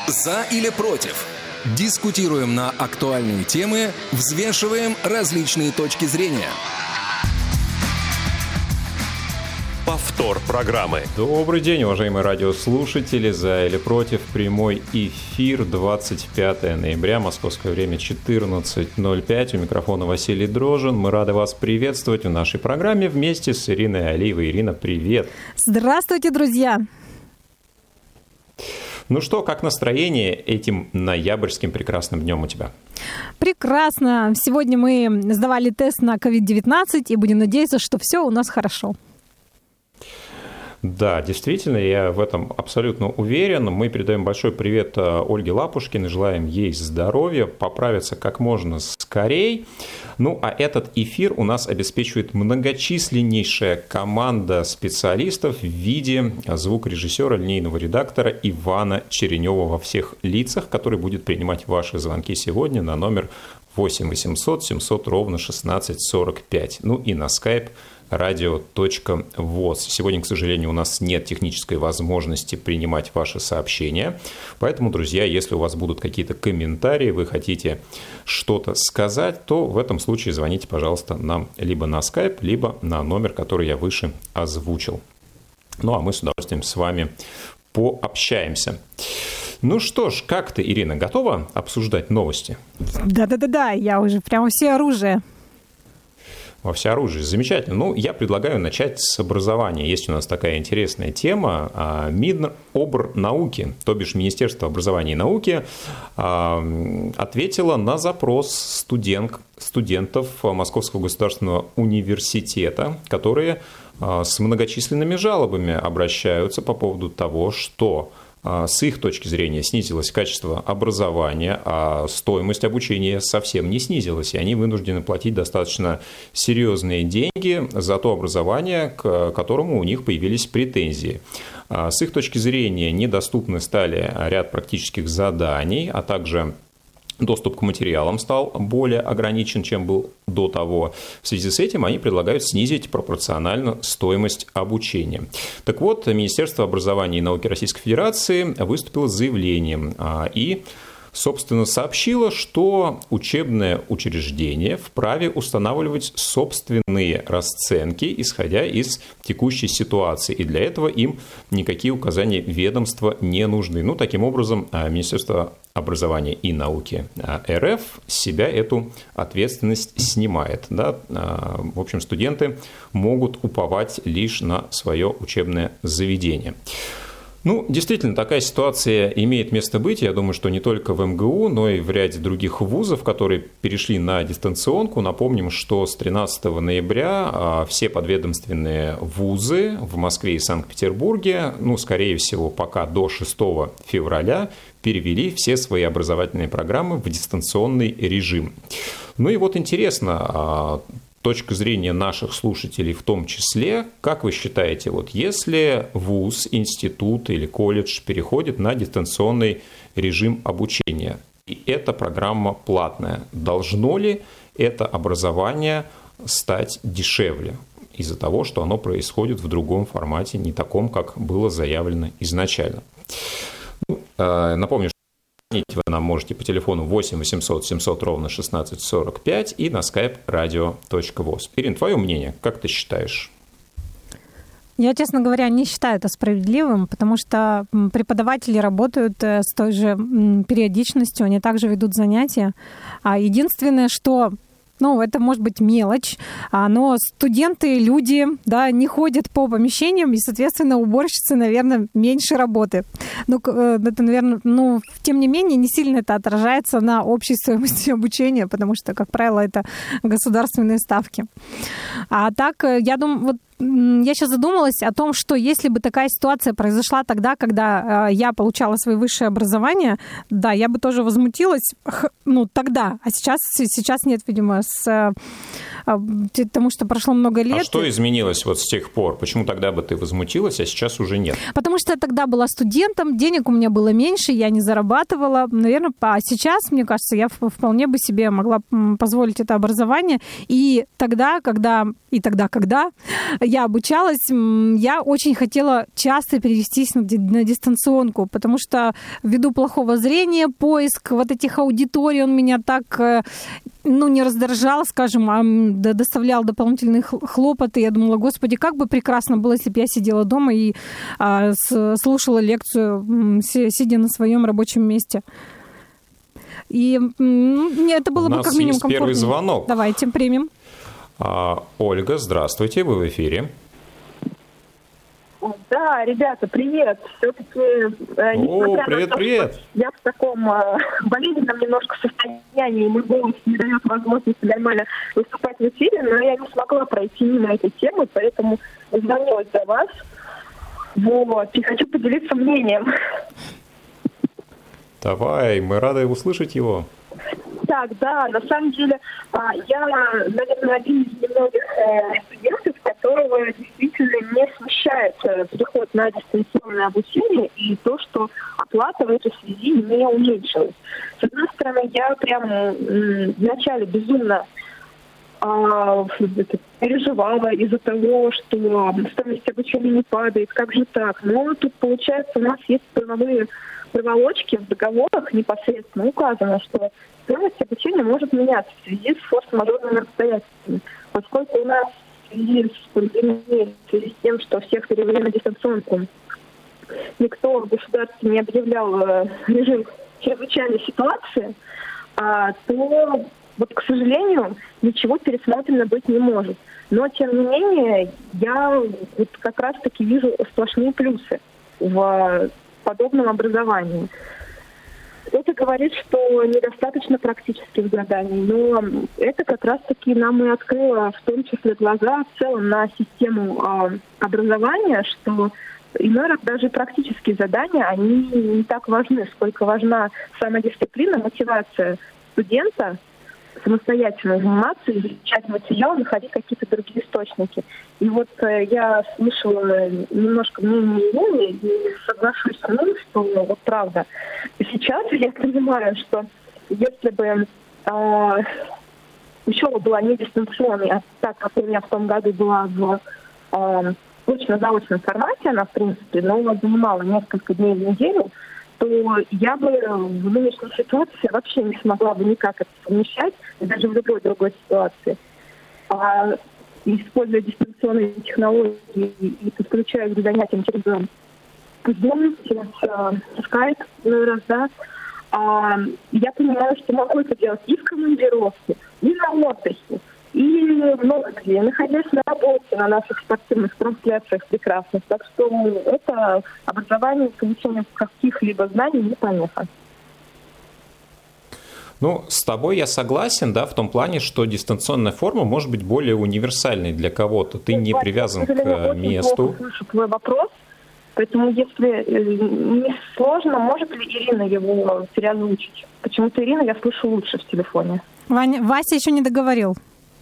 За или против? Дискутируем на актуальные темы, взвешиваем различные точки зрения. Повтор программы. Добрый день, уважаемые радиослушатели. За или против, прямой эфир, 25 ноября, московское время 14:05. У микрофона Василий Дрожжин. Мы рады вас приветствовать в нашей программе вместе с Ириной Алиевой. Ирина, привет. Здравствуйте, друзья. Ну что, как настроение этим ноябрьским прекрасным днем у тебя? Прекрасно. Сегодня мы сдавали тест на COVID-19 и будем надеяться, что все у нас хорошо. Да, действительно, я в этом абсолютно уверен. Мы передаем большой привет Ольге Лапушкиной, желаем ей здоровья, поправиться как можно скорее. Ну, а этот эфир у нас обеспечивает многочисленнейшая команда специалистов в виде звукорежиссера, линейного редактора Ивана Черенева во всех лицах, который будет принимать ваши звонки сегодня на номер 8 800 700 ровно 1645. Ну и на skype radio.voz. Сегодня, к сожалению, у нас нет технической возможности принимать ваши сообщения. Поэтому, друзья, если у вас будут какие-то комментарии, вы хотите что-то сказать, то в этом случае звоните, пожалуйста, нам либо на Skype, либо на номер, который я выше озвучил. Ну, а мы с удовольствием с вами пообщаемся. Ну что ж, как ты, Ирина, готова обсуждать новости? Да, я уже прямо все оружие. Во всеоружии. Замечательно. Ну, я предлагаю начать с образования. Есть у нас такая интересная тема. Минобрнауки, то бишь Министерство образования и науки, ответило на запрос студентов Московского государственного университета, которые с многочисленными жалобами обращаются по поводу того, что с их точки зрения снизилось качество образования, а стоимость обучения совсем не снизилась, и они вынуждены платить достаточно серьезные деньги за то образование, к которому у них появились претензии. С их точки зрения недоступны стали ряд практических заданий, а также доступ к материалам стал более ограничен, чем был до того. В связи с этим они предлагают снизить пропорционально стоимость обучения. Так вот, Министерство образования и науки Российской Федерации выступило с заявлением и, собственно, сообщило, что учебное учреждение вправе устанавливать собственные расценки, исходя из текущей ситуации. И для этого им никакие указания ведомства не нужны. Ну, таким образом, Министерство образования и науки РФ с себя эту ответственность снимает. Да? В общем, студенты могут уповать лишь на свое учебное заведение. Ну, действительно, такая ситуация имеет место быть. Я думаю, что не только в МГУ, но и в ряде других вузов, которые перешли на дистанционку. Напомним, что с 13 ноября все подведомственные вузы в Москве и Санкт-Петербурге, ну, скорее всего, пока до 6 февраля, перевели все свои образовательные программы в дистанционный режим. Ну и вот интересно, точка зрения наших слушателей в том числе, как вы считаете, вот если вуз, институт или колледж переходит на дистанционный режим обучения, и эта программа платная, должно ли это образование стать дешевле из-за того, что оно происходит в другом формате, не таком, как было заявлено изначально? Напомню, что звонить вы нам можете по телефону 8 800 700 ровно 1645 и на skype radio.voz. Ирин, твое мнение, как ты считаешь? Я, честно говоря, не считаю это справедливым, потому что преподаватели работают с той же периодичностью, они также ведут занятия. Единственное, что... Ну, это может быть мелочь, но студенты, люди, да, не ходят по помещениям, и, соответственно, уборщицы, наверное, меньше работы. Ну, это, наверное, тем не менее, не сильно это отражается на общей стоимости обучения, потому что, как правило, это государственные ставки. А так, я думаю, вот я сейчас задумалась о том, что если бы такая ситуация произошла тогда, когда я получала свое высшее образование, да, я бы тоже возмутилась, ну, тогда, а сейчас нет, видимо, с потому что прошло много лет. А что изменилось вот с тех пор? Почему тогда бы ты возмутилась, а сейчас уже нет? Потому что я тогда была студентом, денег у меня было меньше, я не зарабатывала. Наверное, а сейчас, мне кажется, я вполне бы себе могла позволить это образование. И тогда, когда я обучалась, я очень хотела часто перевестись на дистанционку, потому что ввиду плохого зрения, поиск вот этих аудиторий, он меня так не раздражал, скажем, а доставлял дополнительные хлопоты. Я думала, господи, как бы прекрасно было, если бы я сидела дома и слушала лекцию, сидя на своем рабочем месте. И это было бы как минимум комфортно. У нас есть первый звонок. Давайте примем. Ольга, здравствуйте, вы в эфире. Да, ребята, привет. Все-таки, несмотря на то, привет. что я в таком болезненном немножко состоянии, мой голос не дает возможности нормально выступать в эфире, но я не смогла пройти мимо этой темы, поэтому звонилась до вас. Вот, и хочу поделиться мнением. Давай, мы рады услышать его. Так, да, на самом деле, я, наверное, один из немногих студентов, которого действительно не смущает переход на дистанционное обучение и то, что оплата в этой связи не уменьшилась. С одной стороны, я прям вначале безумно переживала из-за того, что стоимость обучения не падает, как же так? Но тут, получается, у нас есть правовые проволочки в договорах непосредственно указано, что стоимость обучения может меняться в связи с форс-мажорными обстоятельствами. Поскольку у нас в связи с пандемией, в связи с тем, что всех перевели на дистанционку, никто в государстве не объявлял режим чрезвычайной ситуации, то, вот, к сожалению, ничего пересмотрено быть не может. Но, тем не менее, я вот как раз-таки вижу сплошные плюсы в подобном образовании. Это говорит, что недостаточно практических заданий, но это как раз-таки нам и открыло в том числе глаза в целом на систему образования, что иной раз даже практические задания, они не так важны, сколько важна самодисциплина, мотивация студента самостоятельно заниматься, изучать материал, находить какие-то другие источники. И вот я слышала немножко мнение Елены и соглашусь с ним, что вот правда. И сейчас я понимаю, что если бы учеба была не дистанционной, а так, как у меня в том году была в очно-заочном формате, она, в принципе, но занимала несколько дней в неделю, то я бы в нынешней ситуации вообще не смогла бы никак это совмещать, даже в любой другой ситуации. Используя дистанционные технологии и подключаясь к занятиям через Zoom, через Skype, я понимаю, что могу это делать и в командировке, и на отдыхе, и много где, находясь на работе, на наших спортивных трансляциях прекрасных. Так что это образование, получение каких-либо знаний не помеха. Ну, с тобой я согласен, да, в том плане, что дистанционная форма может быть более универсальной для кого-то. Ты не привязан к месту. Я слышу твой вопрос, поэтому если не сложно, может ли Ирина его переозвучить? Почему-то Ирина я слышу лучше в телефоне. Вася еще не договорил.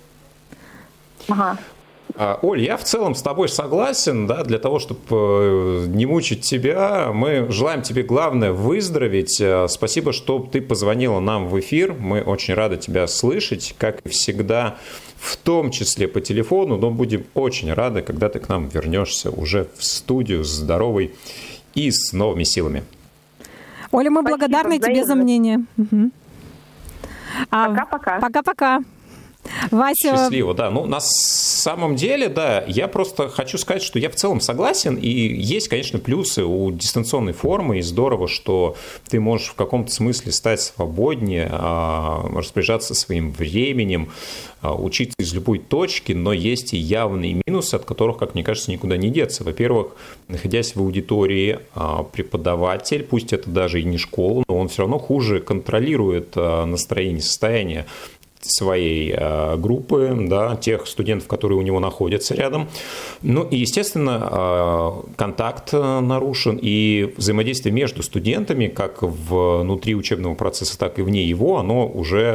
Ага. Оль, я в целом с тобой согласен, да, для того, чтобы не мучить тебя, мы желаем тебе, главное, выздороветь. Спасибо, что ты позвонила нам в эфир, мы очень рады тебя слышать, как и всегда, в том числе по телефону, но будем очень рады, когда ты к нам вернешься уже в студию здоровой и с новыми силами. Оля, мы благодарны тебе за мнение. Пока-пока. Пока-пока. Вася... Счастливо, да. Ну, на самом деле, да, я просто хочу сказать, что я в целом согласен, и есть, конечно, плюсы у дистанционной формы, и здорово, что ты можешь в каком-то смысле стать свободнее, распоряжаться своим временем, учиться из любой точки, но есть и явные минусы, от которых, как мне кажется, никуда не деться. Во-первых, находясь в аудитории, преподаватель, пусть это даже и не школа, но он все равно хуже контролирует настроение, состояние своей группы, да, тех студентов, которые у него находятся рядом. Ну и, естественно, контакт нарушен, и взаимодействие между студентами, как внутри учебного процесса, так и вне его, оно уже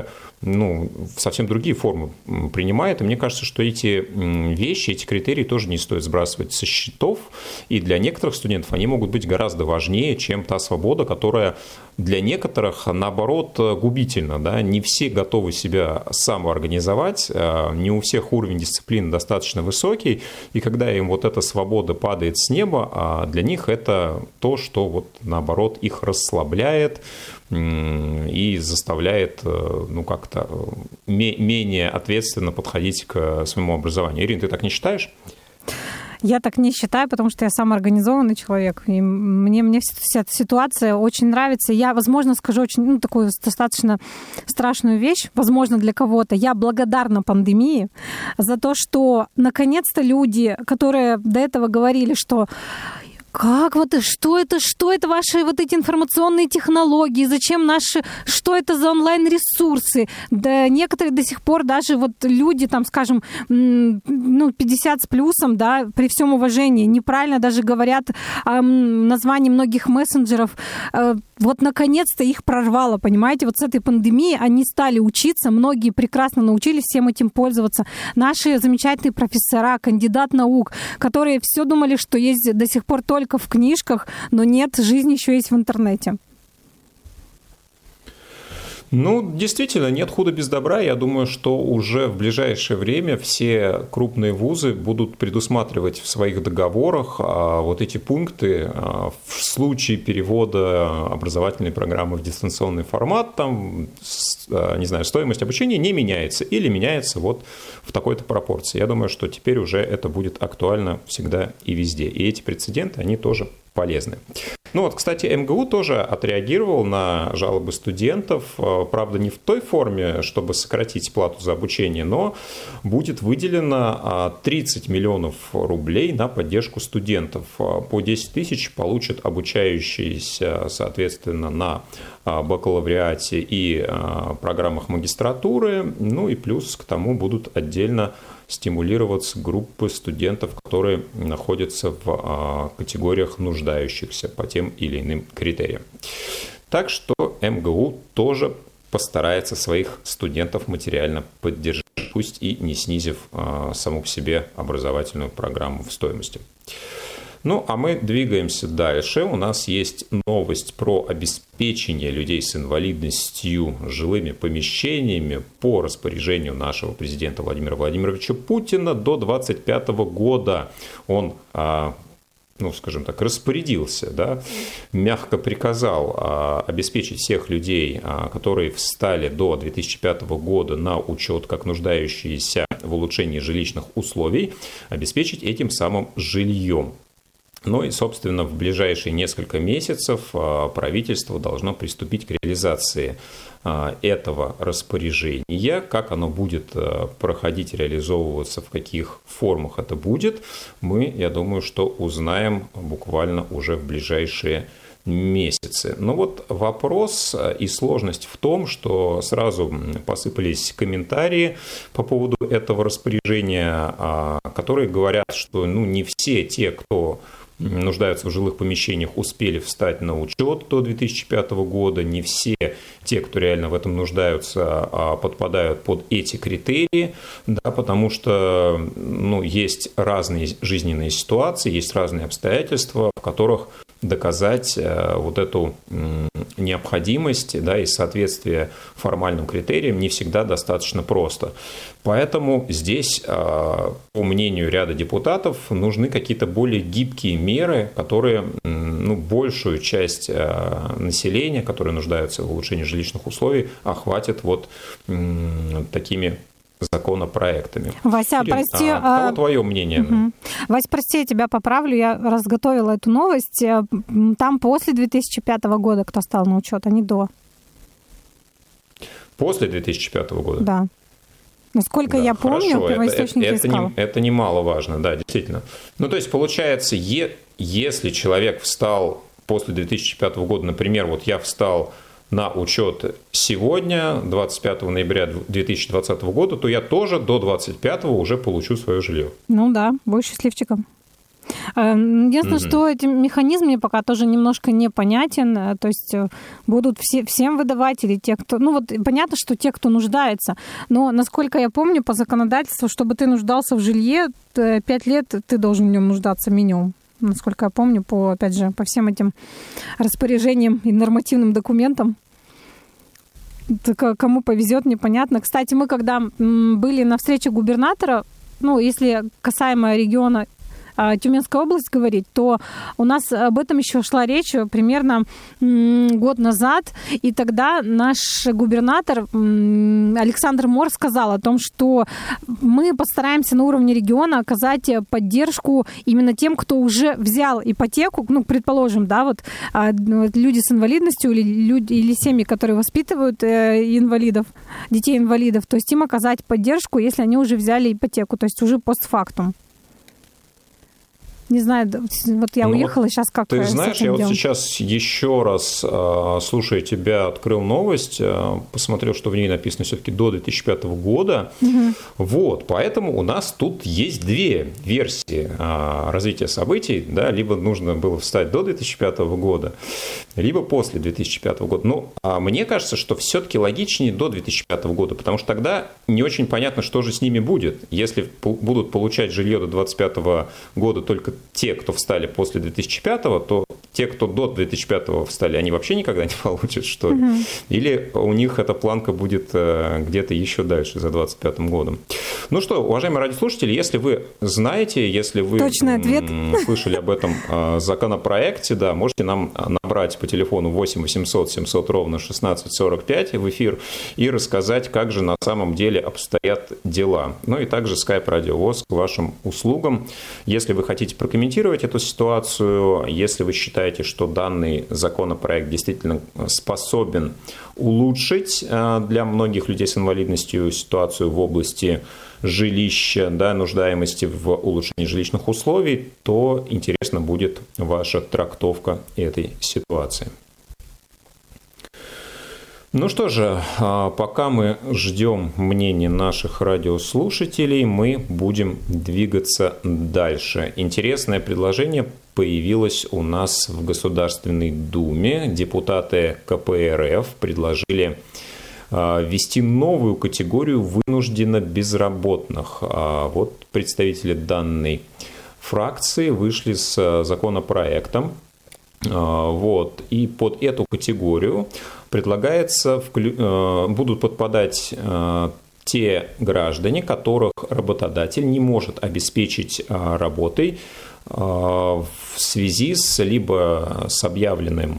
совсем другие формы принимает. И мне кажется, что эти вещи, эти критерии тоже не стоит сбрасывать со счетов. И для некоторых студентов они могут быть гораздо важнее, чем та свобода, которая для некоторых, наоборот, губительна. Да? Не все готовы себя самоорганизовать, не у всех уровень дисциплины достаточно высокий. И когда им вот эта свобода падает с неба, для них это то, что вот, наоборот, их расслабляет и заставляет как-то менее ответственно подходить к своему образованию. Ирина, ты так не считаешь? Я так не считаю, потому что я самоорганизованный человек. И мне вся эта ситуация очень нравится. Я, возможно, скажу очень такую достаточно страшную вещь, возможно, для кого-то. Я благодарна пандемии за то, что наконец-то люди, которые до этого говорили, что как вот, что это ваши вот эти информационные технологии, зачем наши, что это за онлайн-ресурсы? Да некоторые до сих пор даже вот люди, там, скажем, 50 с плюсом, да, при всем уважении, неправильно даже говорят названия многих мессенджеров. Вот наконец-то их прорвало, понимаете? Вот с этой пандемией они стали учиться, многие прекрасно научились всем этим пользоваться. Наши замечательные профессора, кандидат наук, которые все думали, что есть до сих пор только в книжках, но нет, жизнь еще есть в интернете. Действительно, нет худа без добра. Я думаю, что уже в ближайшее время все крупные вузы будут предусматривать в своих договорах вот эти пункты в случае перевода образовательной программы в дистанционный формат. Там, не знаю, стоимость обучения не меняется или меняется вот в такой-то пропорции. Я думаю, что теперь уже это будет актуально всегда и везде. И эти прецеденты, они тоже полезны. Кстати, МГУ тоже отреагировал на жалобы студентов, правда, не в той форме, чтобы сократить плату за обучение, но будет выделено 30 миллионов рублей на поддержку студентов. По 10 тысяч получат обучающиеся, соответственно, на бакалавриате и программах магистратуры, и плюс к тому будут отдельно стимулироваться группы студентов, которые находятся в категориях нуждающихся по тем или иным критериям. Так что МГУ тоже постарается своих студентов материально поддержать, пусть и не снизив саму по себе образовательную программу в стоимости. А мы двигаемся дальше. У нас есть новость про обеспечение людей с инвалидностью жилыми помещениями по распоряжению нашего президента Владимира Владимировича Путина до 2025 года. Он, скажем так, распорядился, да, мягко приказал обеспечить всех людей, которые встали до 2005 года на учет как нуждающиеся в улучшении жилищных условий, обеспечить этим самым жильем. И, собственно, в ближайшие несколько месяцев правительство должно приступить к реализации этого распоряжения. Как оно будет проходить, реализовываться, в каких формах это будет, мы, я думаю, что узнаем буквально уже в ближайшие месяцы. Вопрос и сложность в том, что сразу посыпались комментарии по поводу этого распоряжения, которые говорят, что не все те, кто нуждаются в жилых помещениях, успели встать на учет до 2005 года. Не все те, кто реально в этом нуждаются, подпадают под эти критерии, да, потому что есть разные жизненные ситуации, есть разные обстоятельства, в которых доказать вот эту необходимость, да, и соответствие формальным критериям не всегда достаточно просто. Поэтому здесь, по мнению ряда депутатов, нужны какие-то более гибкие меры, которые большую часть населения, которые нуждаются в улучшении жилищных условий, охватят вот такими законопроектами. Вася, Ирина, прости. Каково твое мнение? Угу. Вася, прости, я тебя поправлю. Я разготовила эту новость. Там после 2005 года кто стал на учет, а не до. После 2005 года? Да. Насколько я помню, первоисточники искала. Это немаловажно, да, действительно. То есть, получается, если человек встал после 2005 года, например, вот я встал на учет сегодня, 25 ноября 2020 года, то я тоже до 25 уже получу свое жилье. Да, будешь счастливчиком. Единственное, что этим механизм мне пока тоже немножко непонятен. То есть будут всем выдавать или те, кто... Ну вот понятно, что те, кто нуждается. Но, насколько я помню, по законодательству, чтобы ты нуждался в жилье, 5 лет ты должен в нем нуждаться минимум. Насколько я помню, опять же, по всем этим распоряжениям и нормативным документам. Кому повезет, непонятно. Кстати, мы когда были на встрече губернатора, ну, если касаемо региона Тюменская область говорить, то у нас об этом еще шла речь примерно год назад, и тогда наш губернатор Александр Мор сказал о том, что мы постараемся на уровне региона оказать поддержку именно тем, кто уже взял ипотеку, ну, предположим, да, вот люди с инвалидностью или семьи, которые воспитывают инвалидов, детей инвалидов, то есть им оказать поддержку, если они уже взяли ипотеку, то есть уже постфактум. Не знаю, вот я уехала, сейчас как ты знаешь, я делать? Вот сейчас еще раз, слушая тебя, открыл новость, посмотрел, что в ней написано все-таки до 2005 года. Угу. Вот, поэтому у нас тут есть две версии развития событий, да, либо нужно было встать до 2005 года, либо после 2005 года. Ну, мне кажется, что все-таки логичнее до 2005 года, потому что тогда не очень понятно, что же с ними будет. Если будут получать жилье до 2025 года только те, кто встали после 2005-го, то те, кто до 2005-го встали, они вообще никогда не получат, что ли? Угу. Или у них эта планка будет где-то еще дальше, за 2025 годом. Ну что, уважаемые радиослушатели, если вы знаете, если вы слышали об этом законопроекте, да, можете нам набрать по телефону 8 800 700 ровно 1645 в эфир и рассказать, как же на самом деле обстоят дела. Ну и также Skype Radio ВОС к вашим услугам. Если вы хотите прокомментировать эту ситуацию, если вы считаете, что данный законопроект действительно способен улучшить для многих людей с инвалидностью ситуацию в области жилища, да, нуждаемости в улучшении жилищных условий, то интересна будет ваша трактовка этой ситуации. Ну что же, пока мы ждем мнения наших радиослушателей, мы будем двигаться дальше. Интересное предложение появилось у нас в Государственной Думе. Депутаты КПРФ предложили ввести новую категорию вынужденно безработных. Вот представители данной фракции вышли с законопроектом. Вот, и под эту категорию предлагается, будут подпадать те граждане, которых работодатель не может обеспечить работой в связи либо с объявленной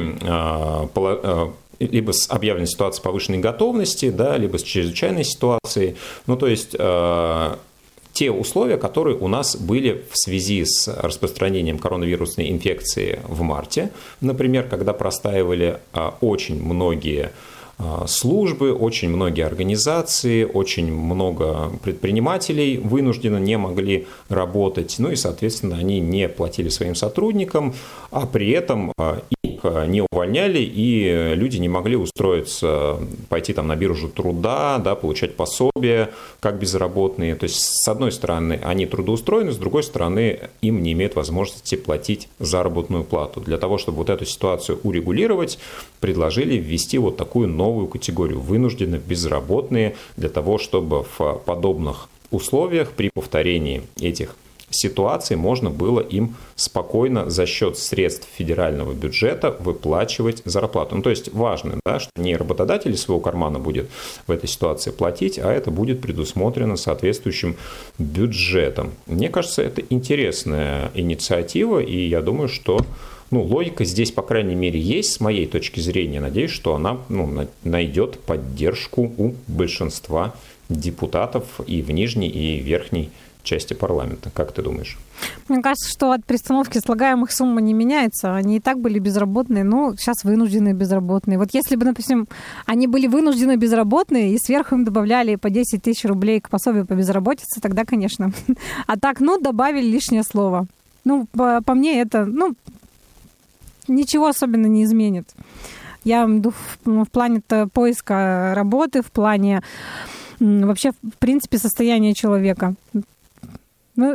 ситуацией повышенной готовности, да, либо с чрезвычайной ситуацией. Ну, то есть те условия, которые у нас были в связи с распространением коронавирусной инфекции в марте, например, когда простаивали очень многие службы, очень многие организации, очень много предпринимателей вынужденно не могли работать, ну и, соответственно, они не платили своим сотрудникам, а при этом их не увольняли, и люди не могли устроиться, пойти там на биржу труда, да, получать пособие как безработные. То есть, с одной стороны, они трудоустроены, с другой стороны, им не имеют возможности платить заработную плату. Для того, чтобы вот эту ситуацию урегулировать, предложили ввести вот такую новую категорию вынужденно безработные, для того, чтобы в подобных условиях при повторении этих ситуаций можно было им спокойно за счет средств федерального бюджета выплачивать зарплату. Ну, то есть важно, да, что не работодатель из своего кармана будет в этой ситуации платить, а это будет предусмотрено соответствующим бюджетом. Мне кажется, это интересная инициатива, и я думаю, что логика здесь, по крайней мере, есть, с моей точки зрения. Надеюсь, что она найдет поддержку у большинства депутатов и в нижней, и в верхней части парламента. Как ты думаешь? Мне кажется, что от перестановки слагаемых сумма не меняется. Они и так были безработные, сейчас вынужденные безработные. Вот если бы, допустим, они были вынуждены безработные и сверху им добавляли по 10 тысяч рублей к пособию по безработице, тогда, конечно. А так, добавили лишнее слово. По мне это, ничего особенно не изменит. Я имею в виду в плане поиска работы, в плане вообще, в принципе, состояния человека.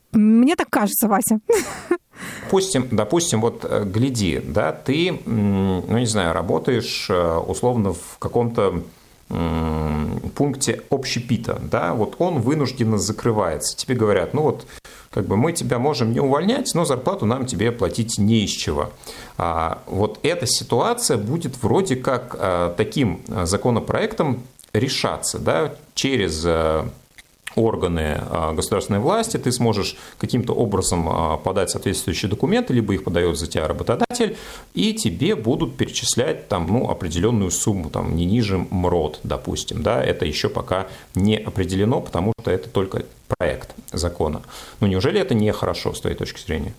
Мне так кажется, Вася. Допустим, вот гляди, да, ты, не знаю, работаешь условно в каком-то пункте общепита, да, вот он вынужденно закрывается. Тебе говорят, мы тебя можем не увольнять, но зарплату нам тебе платить не из чего. Вот эта ситуация будет вроде как таким законопроектом решаться, да, через органы государственной власти, ты сможешь каким-то образом подать соответствующие документы, либо их подает за тебя работодатель, и тебе будут перечислять определенную сумму, не ниже МРОТ, допустим. Да? Это еще пока не определено, потому что это только проект закона. Неужели это не хорошо с твоей точки зрения?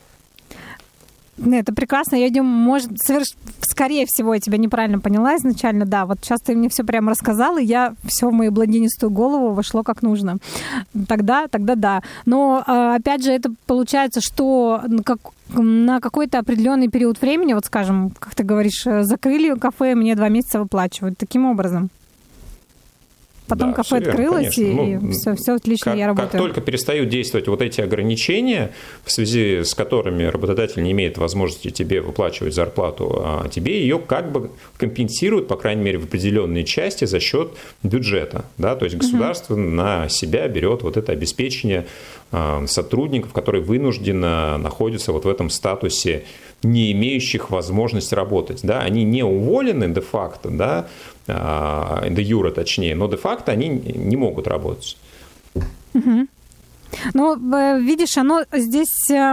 Это прекрасно. Я думаю, скорее всего, я тебя неправильно поняла изначально. Да, вот сейчас ты мне все прямо рассказал, и все в мою блондинистую голову вошло как нужно. Тогда да. Но, опять же, это получается, что на какой-то определенный период времени, вот скажем, как ты говоришь, закрыли кафе, мне 2 месяца выплачивают. Таким образом. Потом кафе открылось, и все отлично, я работаю. Как только перестают действовать вот эти ограничения, в связи с которыми работодатель не имеет возможности тебе выплачивать зарплату, а тебе ее как бы компенсируют, по крайней мере, в определенной части за счет бюджета. Да? То есть государство на себя берет вот это обеспечение сотрудников, которые вынужденно находятся вот в этом статусе не имеющих возможности работать. Да? Они не уволены де-факто, да? Де-юре точнее, но де-факто они не могут работать. Видишь, оно здесь,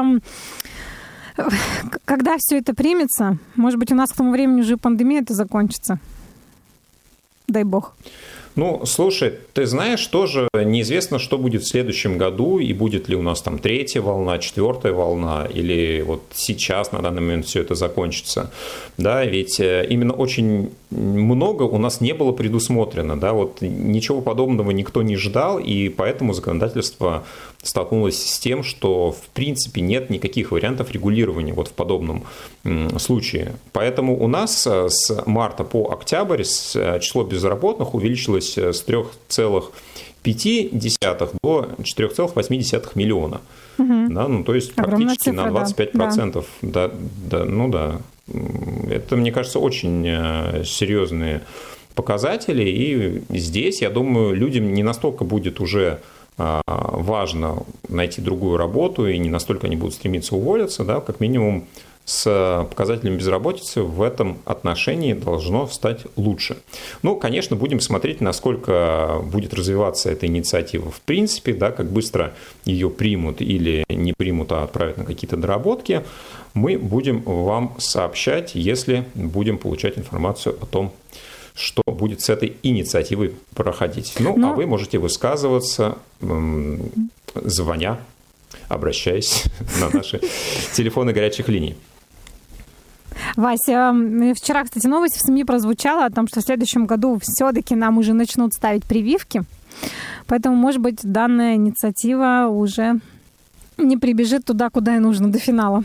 когда все это примется, может быть, у нас к тому времени уже пандемия это закончится. Дай бог. Слушай, ты знаешь, тоже неизвестно, что будет в следующем году, и будет ли у нас там 3-я волна, 4-я волна, или вот сейчас, на данный момент, все это закончится. Да, ведь именно очень много у нас не было предусмотрено, да, вот ничего подобного никто не ждал, и поэтому законодательство столкнулось с тем, что в принципе нет никаких вариантов регулирования вот в подобном случае. Поэтому у нас с марта по октябрь число безработных увеличилось с 3,5 до 4,8 миллиона. Да, то есть практически на 25%. Да. Да. Это, мне кажется, очень серьезные показатели. И здесь, я думаю, людям не настолько будет уже важно найти другую работу, и не настолько они будут стремиться уволиться, да, как минимум с показателем безработицы в этом отношении должно стать лучше. Конечно, будем смотреть, насколько будет развиваться эта инициатива в принципе, да, как быстро ее примут или не примут, а отправят на какие-то доработки. Мы будем вам сообщать, если будем получать информацию о том, что будет с этой инициативой проходить. А вы можете высказываться, звоня, обращаясь на наши телефоны горячих линий. Вася, вчера, кстати, новость в СМИ прозвучала о том, что в следующем году все-таки нам уже начнут ставить прививки. Поэтому, может быть, данная инициатива уже не прибежит туда, куда и нужно, до финала.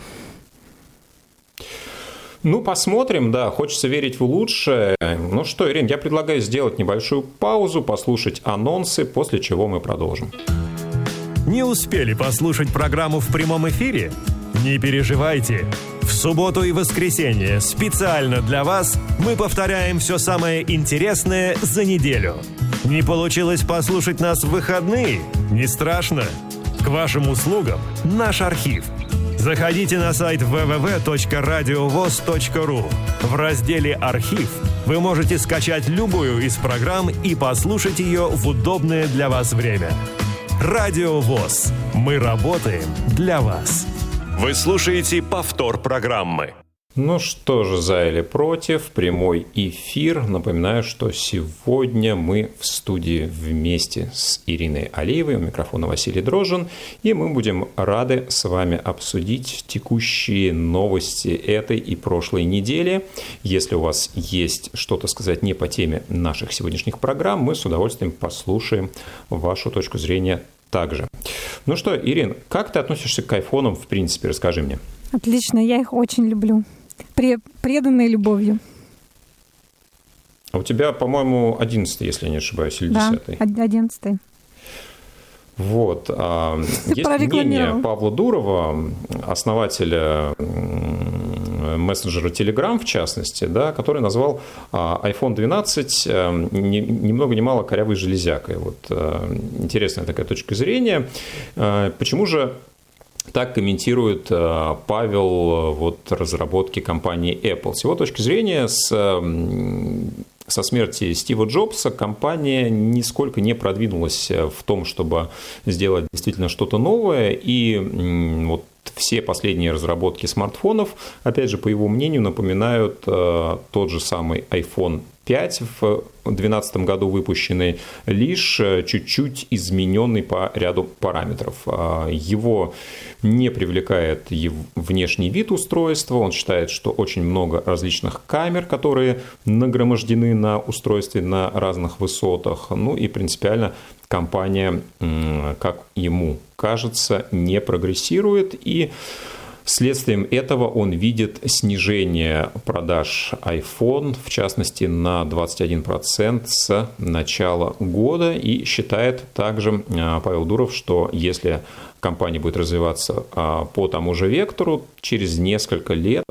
Посмотрим, да, хочется верить в лучшее. Ирин, я предлагаю сделать небольшую паузу, послушать анонсы, после чего мы продолжим. Не успели послушать программу в прямом эфире? Не переживайте. В субботу и воскресенье специально для вас мы повторяем все самое интересное за неделю. Не получилось послушать нас в выходные? Не страшно. К вашим услугам наш архив. Заходите на сайт www.radiovoz.ru. В разделе «Архив» вы можете скачать любую из программ и послушать ее в удобное для вас время. Радио ВОС. Мы работаем для вас. Вы слушаете повтор программы. Что же, за или против, прямой эфир. Напоминаю, что сегодня мы в студии вместе с Ириной Алиевой, у микрофона Василий Дрожжин, и мы будем рады с вами обсудить текущие новости этой и прошлой недели. Если у вас есть что-то сказать не по теме наших сегодняшних программ, мы с удовольствием послушаем вашу точку зрения также. Ирин, как ты относишься к айфонам в принципе? Расскажи мне. Отлично, я их очень люблю. Преданной любовью. А у тебя, по-моему, 11-й, если я не ошибаюсь, или 10-й? Да, 11-й. Вот. Есть мнение Павла Дурова, основателя мессенджера Telegram, в частности, да, который назвал iPhone 12 ни много ни мало корявой железякой. Вот. Интересная такая точка зрения. Почему же так комментирует Павел вот, разработки компании Apple? С его точки зрения, со смерти Стива Джобса компания нисколько не продвинулась в том, чтобы сделать действительно что-то новое, и вот все последние разработки смартфонов, опять же, по его мнению, напоминают тот же самый iPhone 5 в 2012 году выпущенный, лишь чуть-чуть измененный по ряду параметров. Его не привлекает внешний вид устройства. Он считает, что очень много различных камер, которые нагромождены на устройстве на разных высотах. Ну и принципиально компания, как ему кажется, не прогрессирует. И следствием этого он видит снижение продаж iPhone, в частности, на 21% с начала года. И считает также Павел Дуров, что если компания будет развиваться по тому же вектору, через несколько лет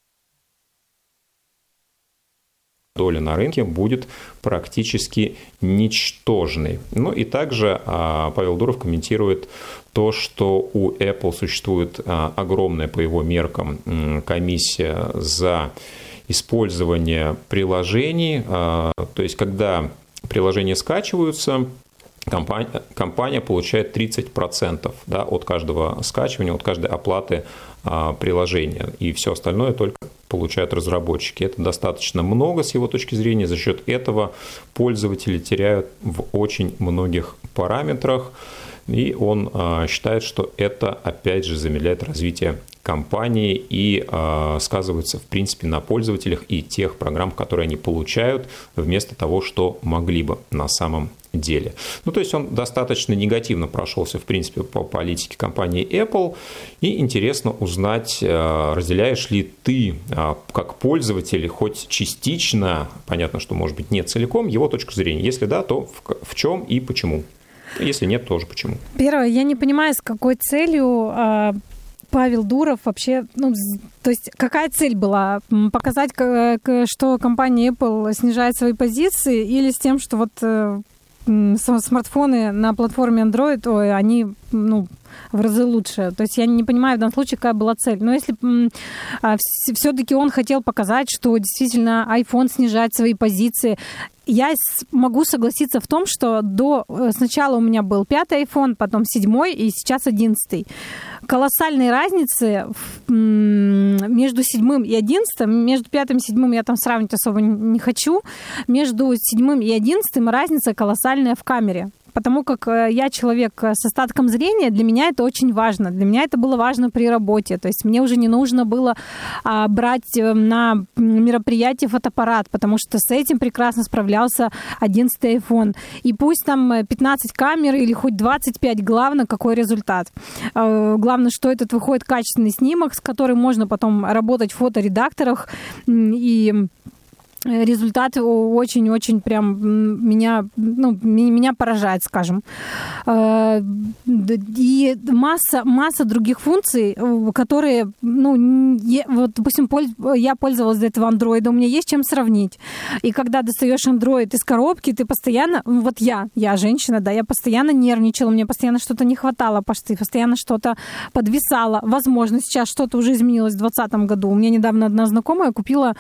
доля на рынке будет практически ничтожной. Ну и также Павел Дуров комментирует то, что у Apple существует огромная по его меркам комиссия за использование приложений. То есть, когда приложения скачиваются, компания получает 30% да, от каждого скачивания, от каждой оплаты приложения. И все остальное только получают разработчики. Это достаточно много с его точки зрения. За счет этого пользователи теряют в очень многих параметрах. И он считает, что это, опять же, замедляет развитие компании и сказывается, в принципе, на пользователях и тех программ, которые они получают, вместо того, что могли бы на самом деле. Ну, то есть он достаточно негативно прошелся, в принципе, по политике компании Apple. И интересно узнать, разделяешь ли ты, как пользователь, хоть частично, понятно, что, может быть, не целиком, его точку зрения. Если да, то в чем и почему? Если нет, тоже почему? Первое, я не понимаю, с какой целью Павел Дуров вообще, то есть какая цель была? Показать, что компания Apple снижает свои позиции, или с тем, что вот смартфоны на платформе Android, они, в разы лучше. То есть я не понимаю в данном случае, какая была цель. Но если все-таки он хотел показать, что действительно iPhone снижает свои позиции, я могу согласиться в том, что сначала у меня был 5-й iPhone, потом 7-й и сейчас 11-й. Колоссальные разницы между 7-м и 11-м, между 5-м и 7-м я там сравнивать особо не хочу, между 7-м и 11-м разница колоссальная в камере. Потому как я человек с остатком зрения, для меня это очень важно. Для меня это было важно при работе. То есть мне уже не нужно было брать на мероприятие фотоаппарат, потому что с этим прекрасно справлялся 11-й iPhone. И пусть там 15 камер или хоть 25, главное, какой результат. Главное, что этот выходит качественный снимок, с которым можно потом работать в фоторедакторах, и результат очень-очень прям меня поражает, скажем. И масса других функций, которые, вот, допустим, я пользовалась до этого Android, у меня есть чем сравнить. И когда достаешь Android из коробки, ты постоянно, вот я женщина, да, я постоянно нервничала, мне постоянно что-то не хватало почты, постоянно что-то подвисало. Возможно, сейчас что-то уже изменилось в 2020 году. У меня недавно одна знакомая купила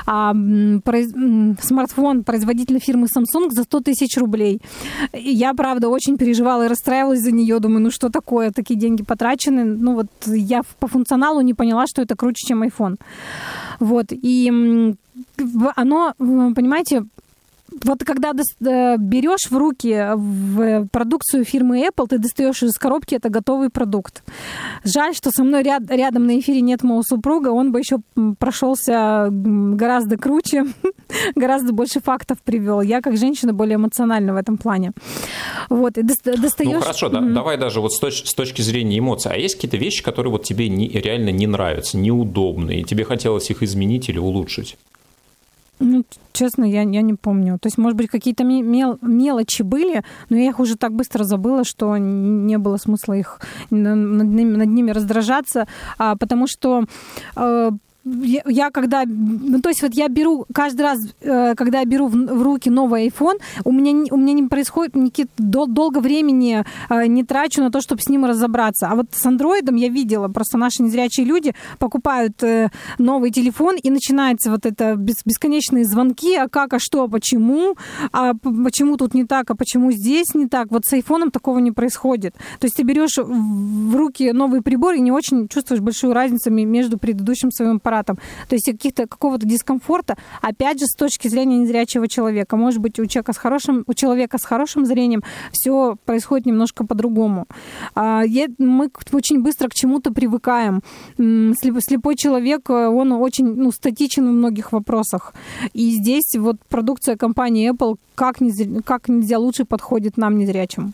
смартфон производителя фирмы Samsung за 100 тысяч рублей. И я, правда, очень переживала и расстраивалась за нее. Думаю, что такое? Такие деньги потрачены. Вот я по функционалу не поняла, что это круче, чем iPhone. Вот. И оно, понимаете, вот когда берешь в руки в продукцию фирмы Apple, ты достаешь из коробки, это готовый продукт. Жаль, что со мной рядом на эфире нет моего супруга, он бы еще прошелся гораздо круче, гораздо больше фактов привел. Я, как женщина, более эмоциональна в этом плане. Вот, и достаешь... Ну, хорошо, давай даже вот с точки зрения эмоций. А есть какие-то вещи, которые вот тебе реально не нравятся, неудобные, и тебе хотелось их изменить или улучшить? Ну, честно, я не помню. То есть, может быть, какие-то мелочи были, но я их уже так быстро забыла, что не было смысла их над ними раздражаться, потому что я когда... Ну, то есть вот я беру каждый раз, когда я беру в руки новый iPhone, у меня не происходит долго времени не трачу на то, чтобы с ним разобраться. А вот с Android я видела, просто наши незрячие люди покупают новый телефон, и начинается вот это бесконечные звонки, а как, а что, а почему тут не так, а почему здесь не так. Вот с iPhone такого не происходит. То есть ты берешь в руки новый прибор и не очень чувствуешь большую разницу между предыдущим своим аппаратом. То есть какого-то дискомфорта, опять же, с точки зрения незрячего человека. Может быть, у человека с хорошим зрением все происходит немножко по-другому. Мы очень быстро к чему-то привыкаем. Слепой человек, он очень статичен в многих вопросах. И здесь вот продукция компании Apple как нельзя лучше подходит нам, незрячим.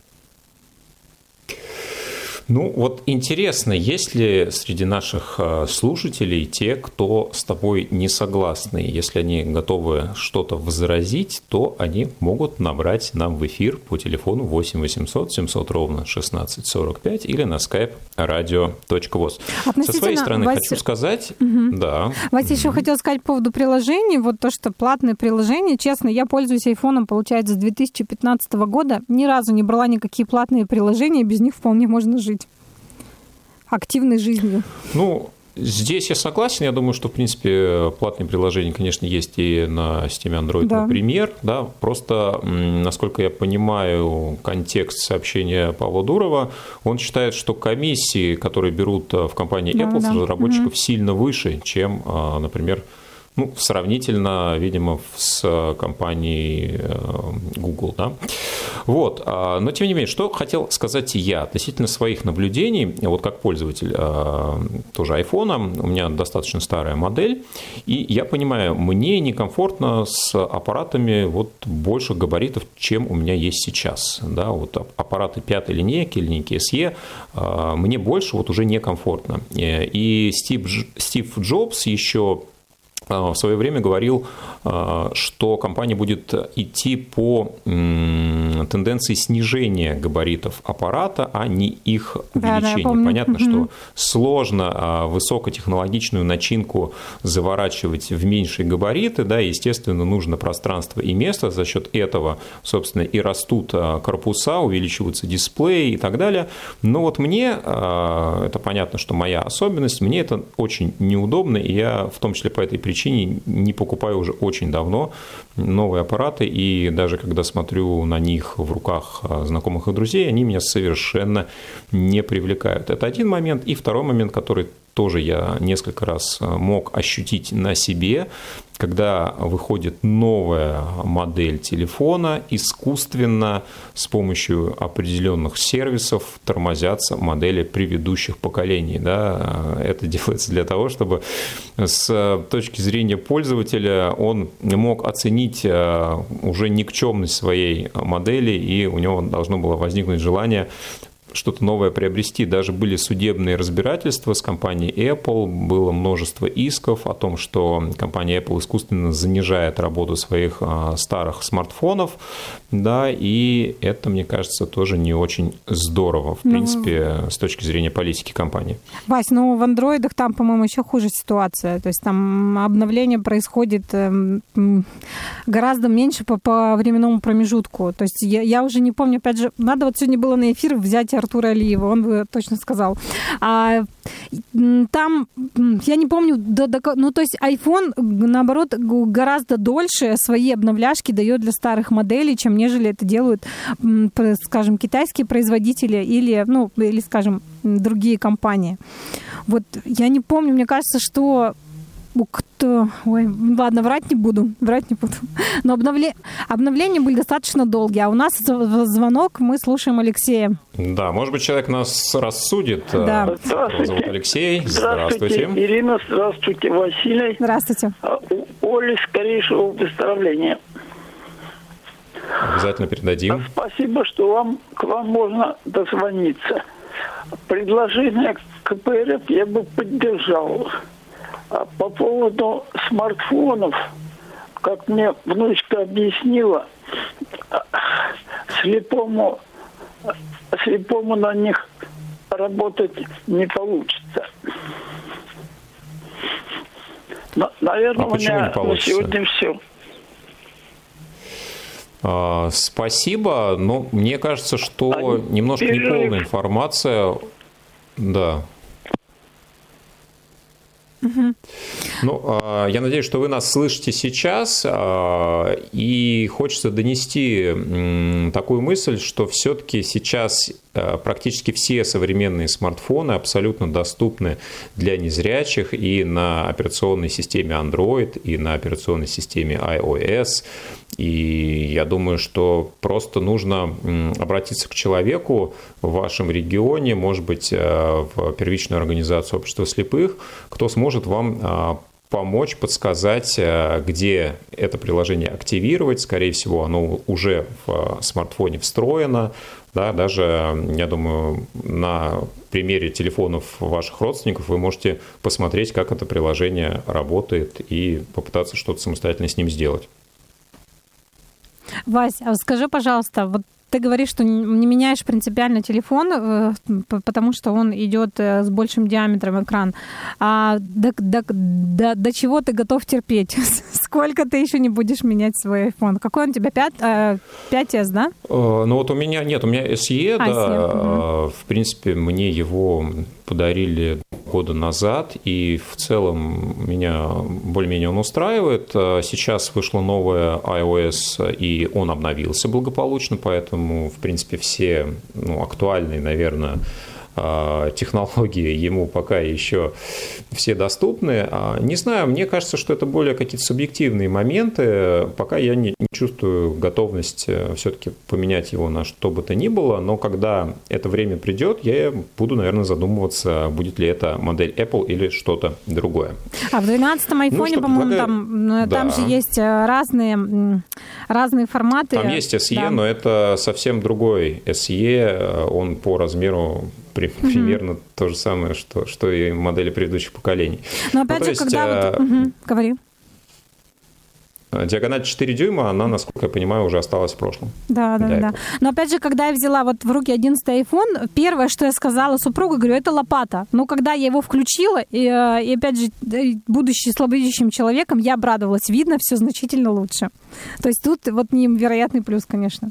Ну, вот интересно, есть ли среди наших слушателей те, кто с тобой не согласны? Если они готовы что-то возразить, то они могут набрать нам в эфир по телефону 8 800 700 ровно 1645 или на skype radio.voz. Со своей стороны хочу сказать... Да. Вася, еще хотела сказать по поводу приложений. Вот то, что платные приложения. Честно, я пользуюсь айфоном, получается, с 2015 года. Ни разу не брала никакие платные приложения. Без них вполне можно жить активной жизнью. Ну, здесь я согласен. Я думаю, что, в принципе, платные приложения, конечно, есть и на Steam Android, да. Например. Да, просто, насколько я понимаю контекст сообщения Павла Дурова, он считает, что комиссии, которые берут в компании Apple с разработчиков, сильно выше, чем, например, сравнительно, видимо, с компанией Google, да. Вот. Но, тем не менее, что хотел сказать я относительно своих наблюдений, вот как пользователь тоже iPhone, у меня достаточно старая модель, и я понимаю, мне некомфортно с аппаратами вот больших габаритов, чем у меня есть сейчас, да, вот аппараты пятой линейки SE, мне больше вот уже некомфортно. И Стив Джобс еще в свое время говорил, что компания будет идти по тенденции снижения габаритов аппарата, а не их увеличения. Да, понятно, что сложно высокотехнологичную начинку заворачивать в меньшие габариты, да, естественно, нужно пространство и место, за счет этого, собственно, и растут корпуса, увеличиваются дисплеи и так далее. Но вот мне, это понятно, что моя особенность, мне это очень неудобно, и я в том числе по этой причине не покупаю уже очень давно новые аппараты, и даже когда смотрю на них в руках знакомых и друзей, они меня совершенно не привлекают. Это один момент. И второй момент, который тоже я несколько раз мог ощутить на себе, когда выходит новая модель телефона, искусственно с помощью определенных сервисов тормозятся модели предыдущих поколений. Да? Это делается для того, чтобы с точки зрения пользователя он мог оценить уже никчемность своей модели, и у него должно было возникнуть желание что-то новое приобрести. Даже были судебные разбирательства с компанией Apple, было множество исков о том, что компания Apple искусственно занижает работу своих старых смартфонов, да, и это, мне кажется, тоже не очень здорово, в принципе, с точки зрения политики компании. Вась, ну в андроидах там, по-моему, еще хуже ситуация, то есть там обновление происходит гораздо меньше по временному промежутку, то есть я уже не помню, опять же, надо вот сегодня было на эфир взять Артура Алиева, он бы точно сказал. Там, я не помню, ну, то есть iPhone, наоборот, гораздо дольше свои обновляшки дает для старых моделей, чем нежели это делают, скажем, китайские производители или, скажем, другие компании. Вот я не помню, мне кажется, что Ой, ладно, врать не буду. Но обновления были достаточно долгие. А у нас звонок, мы слушаем Алексея. Да, может быть, человек нас рассудит. Да. Здравствуйте. Зовут Алексей. Здравствуйте. Ирина, здравствуйте, Василий. Здравствуйте. Оле скорейшего выздоровления. Обязательно передадим. Спасибо, что к вам можно дозвониться. Предложение КПРФ я бы поддержал. По поводу смартфонов, как мне внучка объяснила, слепому на них работать не получится. Наверное, у меня на сегодня все. Спасибо, но мне кажется, что немножко неполная информация. Да. Ну, я надеюсь, что вы нас слышите сейчас, и хочется донести такую мысль, что все-таки сейчас практически все современные смартфоны абсолютно доступны для незрячих и на операционной системе Android, и на операционной системе iOS. И я думаю, что просто нужно обратиться к человеку в вашем регионе, может быть, в первичную организацию общества слепых, кто сможет вам помочь, подсказать, где это приложение активировать. Скорее всего, оно уже в смартфоне встроено. Да, даже, я думаю, на примере телефонов ваших родственников вы можете посмотреть, как это приложение работает, и попытаться что-то самостоятельно с ним сделать. Вась, а скажи, пожалуйста, вот ты говоришь, что не меняешь принципиально телефон, потому что он идет с большим диаметром экран. А до чего ты готов терпеть? Сколько ты еще не будешь менять свой iPhone? Какой он у тебя? 5S, да? Ну вот у меня SE, да. SE. В принципе, мне его подарили года назад, и в целом меня более-менее он устраивает. Сейчас вышла новая iOS, и он обновился благополучно, поэтому, в принципе, все актуальные, наверное, технологии ему пока еще все доступны. Не знаю, мне кажется, что это более какие-то субъективные моменты. Пока я не чувствую готовность все-таки поменять его на что бы то ни было, но когда это время придет, я буду, наверное, задумываться, будет ли это модель Apple или что-то другое. А в 12-м айфоне, по-моему, там же есть разные форматы. Там есть SE, да. Но это совсем другой SE, он по размеру примерно то же самое, что и модели предыдущих поколений. Но опять же, когда... Говори. Диагональ 4 дюйма, она, насколько я понимаю, уже осталась в прошлом. Да. Но опять же, когда я взяла вот в руки 11-й iPhone, первое, что я сказала супругу, говорю, это лопата. Но когда я его включила, и опять же, будучи слабовидящим человеком, я обрадовалась. Видно все значительно лучше. То есть тут вот невероятный плюс, конечно.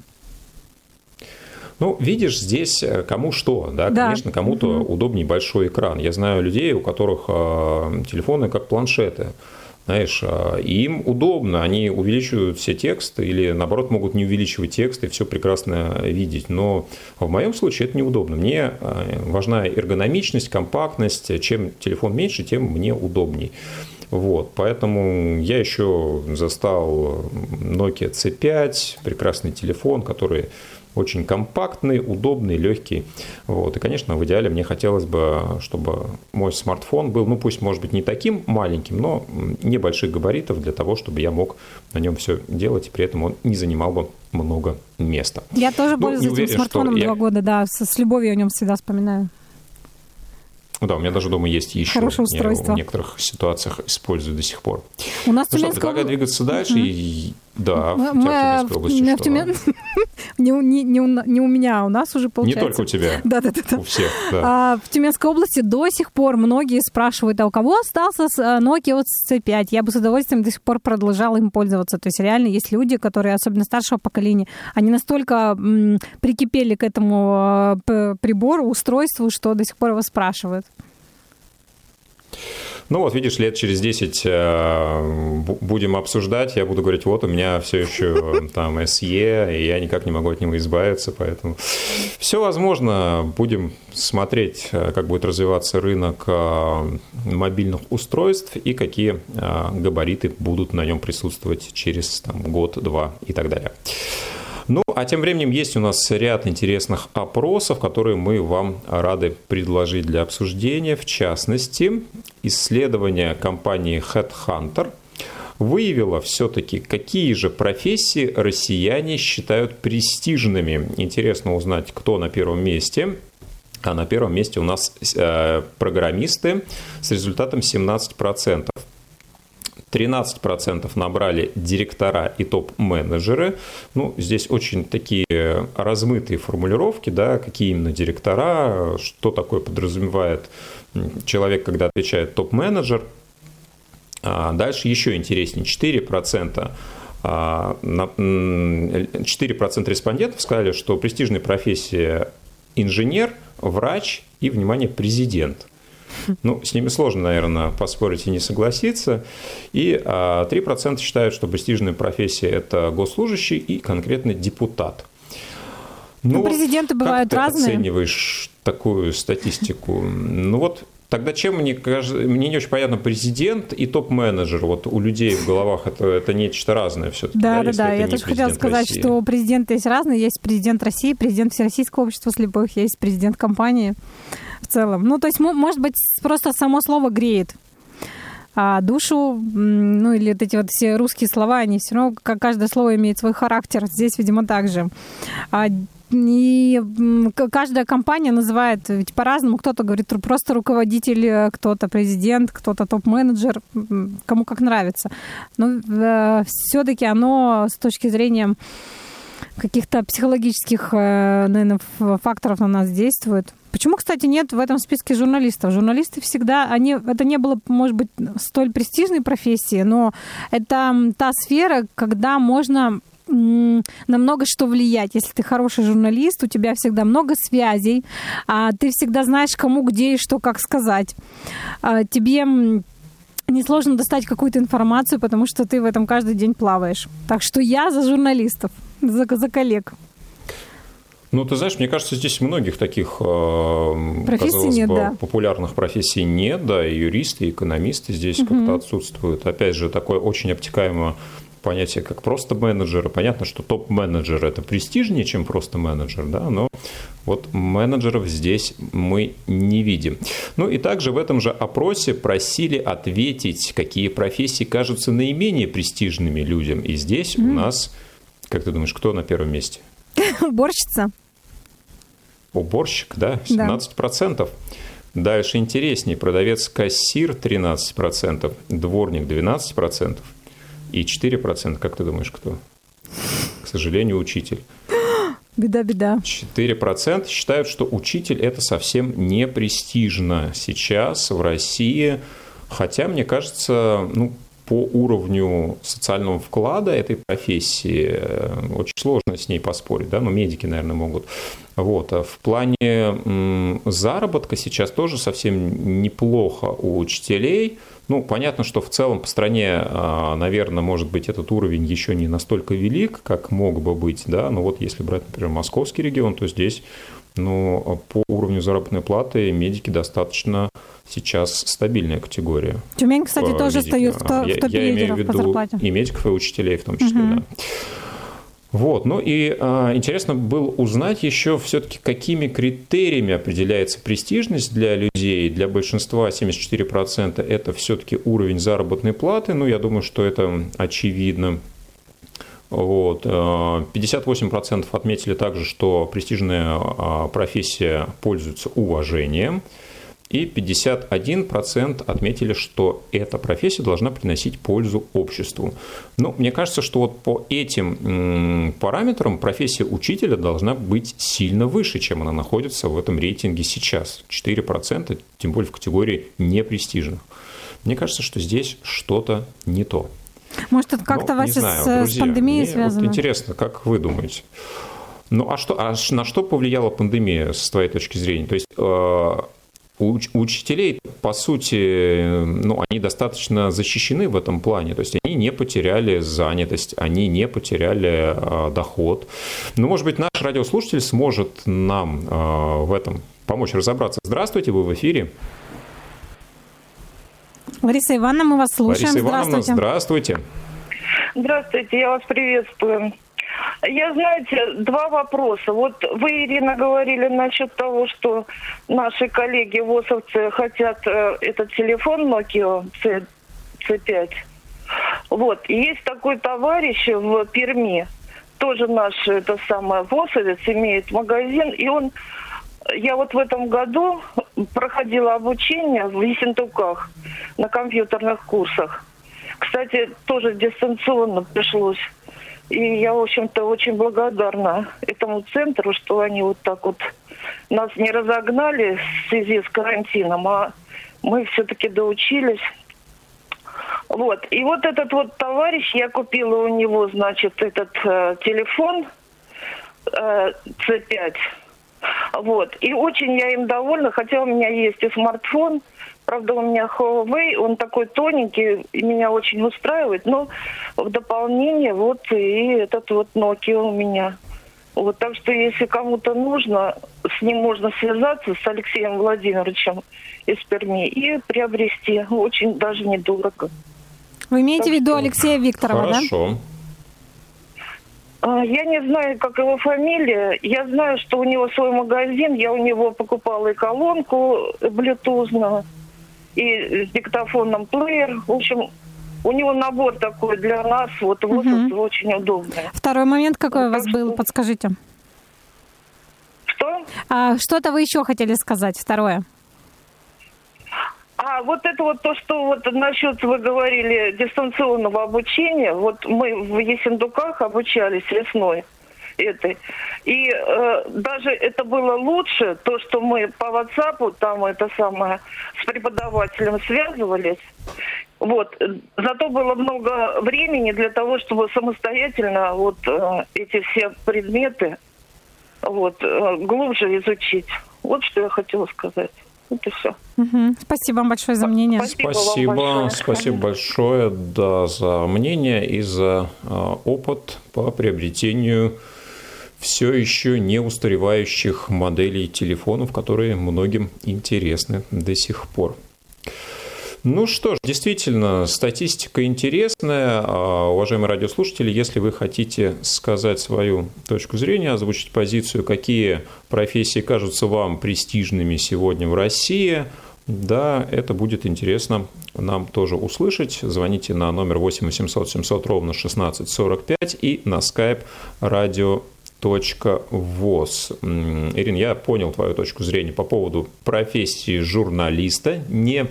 Ну, видишь, здесь кому что, да, конечно, кому-то удобнее большой экран. Я знаю людей, у которых телефоны как планшеты, знаешь, им удобно, они увеличивают все тексты или, наоборот, могут не увеличивать текст и все прекрасно видеть. Но в моем случае это неудобно. Мне важна эргономичность, компактность. Чем телефон меньше, тем мне удобней. Вот, поэтому я еще застал Nokia C5, прекрасный телефон, который очень компактный, удобный, легкий. Вот. И, конечно, в идеале мне хотелось бы, чтобы мой смартфон был, пусть, может быть, не таким маленьким, но небольших габаритов для того, чтобы я мог на нем все делать, и при этом он не занимал бы много места. Я тоже пользуюсь этим смартфоном 2 года, да, с любовью о нем всегда вспоминаю. Да, у меня даже дома есть еще. Хорошее устройство. Я в некоторых ситуациях использую до сих пор. У нас предлагаю двигаться дальше. Да, в Тюменской области что? Не у меня, у нас уже получается. Не только у тебя. Да. У всех, да. В Тюменской области до сих пор многие спрашивают, а у кого остался Nokia C5? Я бы с удовольствием до сих пор продолжала им пользоваться. То есть реально есть люди, которые, особенно старшего поколения, они настолько прикипели к этому прибору, устройству, что до сих пор его спрашивают. Ну вот, видишь, лет через 10 будем обсуждать, я буду говорить, вот у меня все еще там SE, и я никак не могу от него избавиться, поэтому все возможно. Будем смотреть, как будет развиваться рынок мобильных устройств и какие габариты будут на нем присутствовать через год-два и так далее. Ну, а тем временем есть у нас ряд интересных опросов, которые мы вам рады предложить для обсуждения. В частности, исследование компании HeadHunter выявило все-таки, какие же профессии россияне считают престижными. Интересно узнать, кто на первом месте. А на первом месте у нас программисты с результатом 17%. 13% набрали директора и топ-менеджеры. Ну, здесь очень такие размытые формулировки, да, какие именно директора, что такое подразумевает человек, когда отвечает топ-менеджер. Дальше еще интереснее, 4%. 4% респондентов сказали, что престижная профессия инженер, врач и, внимание, президент. Ну, с ними сложно, наверное, поспорить и не согласиться. И 3% считают, что престижная профессия – это госслужащий и конкретно депутат. Ну, президенты бывают разные. Как ты оцениваешь такую статистику? Ну вот, тогда чем, мне не очень понятно, президент и топ-менеджер, вот у людей в головах это нечто разное все-таки. Да. Я тоже хотела сказать, России. что президенты есть разные. Есть президент России, президент Всероссийского общества слепых, есть президент компании в целом. Ну, то есть, может быть, просто само слово греет душу, ну, или вот эти вот все русские слова, они все равно, каждое слово имеет свой характер. Здесь, видимо, так же. И каждая компания называет ведь по-разному. Кто-то говорит просто руководитель, кто-то президент, кто-то топ-менеджер, кому как нравится. Но все-таки оно с точки зрения каких-то психологических, наверное, факторов на нас действует. Почему, кстати, нет в этом списке журналистов? Журналисты всегда, это не было, может быть, столь престижной профессии, но это та сфера, когда можно на много что влиять. Если ты хороший журналист, у тебя всегда много связей, ты всегда знаешь, кому, где и что, как сказать. Тебе несложно достать какую-то информацию, потому что ты в этом каждый день плаваешь. Так что я за журналистов, за коллег. Ну, ты знаешь, мне кажется, здесь многих таких, профессий нет, да, популярных профессий нет, да, и юристы, и экономисты здесь как-то отсутствуют. Опять же, такое очень обтекаемое понятие, как просто менеджеры. Понятно, что топ-менеджер – это престижнее, чем просто менеджер, да, но вот менеджеров здесь мы не видим. Ну и также в этом же опросе просили ответить, какие профессии кажутся наименее престижными людям. И здесь у нас, как ты думаешь, кто на первом месте? Уборщица. Уборщик, да, 17%. Дальше интереснее. Продавец-кассир 13%, дворник 12%. И 4%, как ты думаешь, кто? К сожалению, учитель. Беда. 4% считают, что учитель – это совсем не престижно сейчас в России. Хотя, мне кажется, по уровню социального вклада этой профессии очень сложно с ней поспорить, да, но медики, наверное, могут. Вот. А в плане заработка сейчас тоже совсем неплохо у учителей. Ну, понятно, что в целом по стране, наверное, может быть, этот уровень еще не настолько велик, как мог бы быть, да, но вот если брать, например, московский регион, то здесь, по уровню заработной платы медики достаточно сейчас стабильная категория. Тюмень, кстати, тоже стоит в топе лидеров по зарплате. И медиков, и учителей в том числе, да. Вот, и интересно было узнать еще все-таки, какими критериями определяется престижность для людей. Для большинства 74% это все-таки уровень заработной платы. Я думаю, что это очевидно. Вот. 58% отметили также, что престижная профессия пользуется уважением. И 51% отметили, что эта профессия должна приносить пользу обществу. Мне кажется, что вот по этим параметрам профессия учителя должна быть сильно выше, чем она находится в этом рейтинге сейчас. 4%, тем более в категории непрестижных. Мне кажется, что здесь что-то не то. Может, это как-то, Вася, с пандемией связано? Вот интересно, как вы думаете? На что повлияла пандемия с твоей точки зрения? То есть у учителей, по сути, они достаточно защищены в этом плане. То есть они не потеряли занятость, они не потеряли доход. Может быть, наш радиослушатель сможет нам в этом помочь разобраться. Здравствуйте, вы в эфире. Лариса Ивановна, мы вас слушаем. Лариса Ивановна, здравствуйте. Здравствуйте, я вас приветствую. Я, знаете, два вопроса. Вот вы, Ирина, говорили насчет того, что наши коллеги-восовцы хотят этот телефон Nokia C5. Вот, есть такой товарищ в Перми, тоже наш, восовец, имеет магазин, и я вот в этом году проходила обучение в Ессентуках на компьютерных курсах. Кстати, тоже дистанционно пришлось. И я, в общем-то, очень благодарна этому центру, что они вот так вот нас не разогнали в связи с карантином, а мы все-таки доучились. Вот. И вот этот вот товарищ, я купила у него, значит, этот телефон C5. Вот. И очень я им довольна, хотя у меня есть и смартфон. Правда, у меня Huawei, он такой тоненький, и меня очень устраивает. Но в дополнение вот и этот вот Nokia у меня. Вот, так что, если кому-то нужно, с ним можно связаться, с Алексеем Владимировичем из Перми, и приобрести. Очень даже недорого. Вы имеете в виду Алексея Викторова, да? Хорошо. Я не знаю, как его фамилия. Я знаю, что у него свой магазин. Я у него покупала и колонку блютузную, и с диктофоном плеер. В общем, у него набор такой для нас, вот очень удобный. Второй момент какой у вас был, подскажите. Что? Что-то вы еще хотели сказать, второе. Вот это вот то, что вот насчет, вы говорили, дистанционного обучения. Вот мы в Ессентуках обучались весной этой. И даже это было лучше, то, что мы по WhatsApp там с преподавателем связывались. Вот. Зато было много времени для того, чтобы самостоятельно вот эти все предметы глубже изучить. Вот что я хотела сказать. Вот и все. Спасибо вам большое за мнение. Спасибо большое за мнение и за опыт по приобретению все еще не устаревающих моделей телефонов, которые многим интересны до сих пор. Ну что ж, действительно, статистика интересная. Уважаемые радиослушатели, если вы хотите сказать свою точку зрения, озвучить позицию, какие профессии кажутся вам престижными сегодня в России, да, это будет интересно нам тоже услышать. Звоните на номер 8 800 700 ровно 1645 и на skype radio.voz. Ирина, я понял твою точку зрения по поводу профессии журналиста, не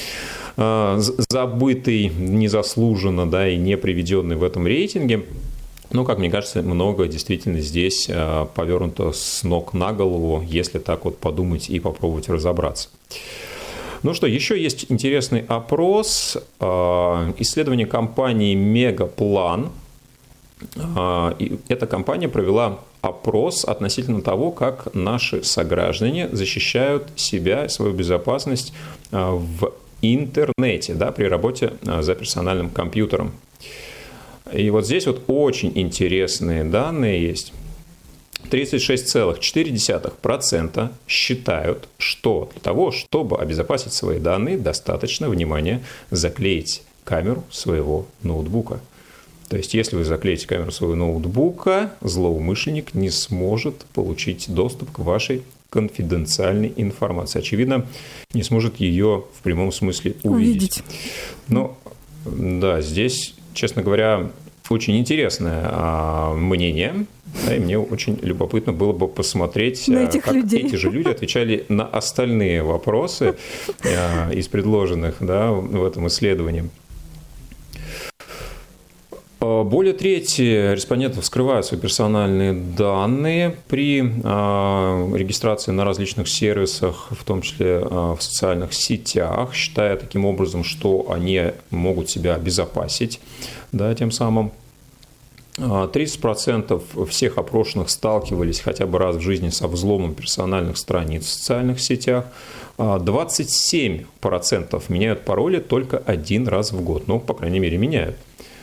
забытый незаслуженно, да, и не приведенный в этом рейтинге. Но, как мне кажется, много действительно здесь повернуто с ног на голову, если так вот подумать и попробовать разобраться. Ну что, еще есть интересный опрос. Исследование компании Мегаплан. Эта компания провела опрос относительно того, как наши сограждане защищают себя, свою безопасность в интернете, да, при работе за персональным компьютером. И вот здесь вот очень интересные данные есть. 36,4% считают, что для того, чтобы обезопасить свои данные, достаточно, внимание, заклеить камеру своего ноутбука. То есть, если вы заклеите камеру своего ноутбука, злоумышленник не сможет получить доступ к вашей конфиденциальной информации. Очевидно, не сможет ее в прямом смысле увидеть. Но да, здесь, честно говоря, очень интересное мнение. Да, и мне очень любопытно было бы посмотреть, как эти же люди отвечали на остальные вопросы из предложенных, да, в этом исследовании. Более трети респондентов скрывают свои персональные данные при регистрации на различных сервисах, в том числе в социальных сетях, считая таким образом, что они могут себя обезопасить, да, тем самым. 30% всех опрошенных сталкивались хотя бы раз в жизни со взломом персональных страниц в социальных сетях. 27% меняют пароли только один раз в год. Ну, по крайней мере, меняют.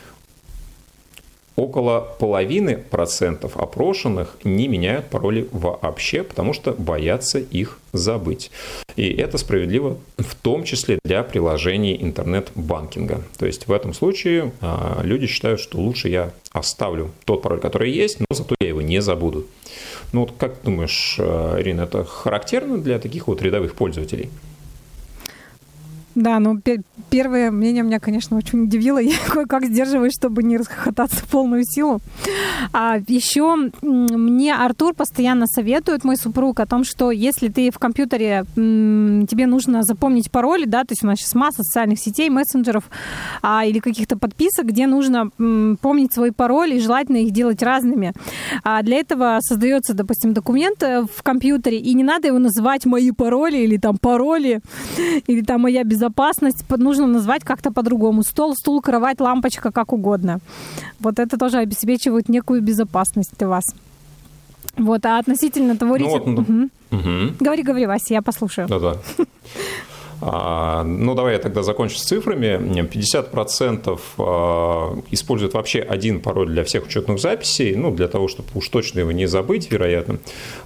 Около половины процентов опрошенных не меняют пароли вообще, потому что боятся их забыть. И это справедливо в том числе для приложений интернет-банкинга. То есть в этом случае люди считают, что лучше я оставлю тот пароль, который есть, но зато я его не забуду. Ну вот как ты думаешь, Ирина, это характерно для таких вот рядовых пользователей? Да, ну первое мнение меня, конечно, очень удивило. Я кое-как сдерживаюсь, чтобы не расхохотаться в полную силу. А еще мне Артур постоянно советует, мой супруг, о том, что если ты в компьютере, тебе нужно запомнить пароли, да, то есть у нас сейчас масса социальных сетей, мессенджеров или каких-то подписок, где нужно помнить свой пароль и желательно их делать разными. Для этого создается, допустим, документ в компьютере, и не надо его называть «мои пароли» или там «пароли», или там «моя безопасность». Нужно назвать как-то по-другому. Стол, стул, кровать, лампочка, как угодно. Вот это тоже обеспечивает некую безопасность для вас. Вот, а относительно того... Говори, Вася, я послушаю. Да-да. Давай я тогда закончу с цифрами. 50% используют вообще один пароль для всех учетных записей, для того, чтобы уж точно его не забыть, вероятно.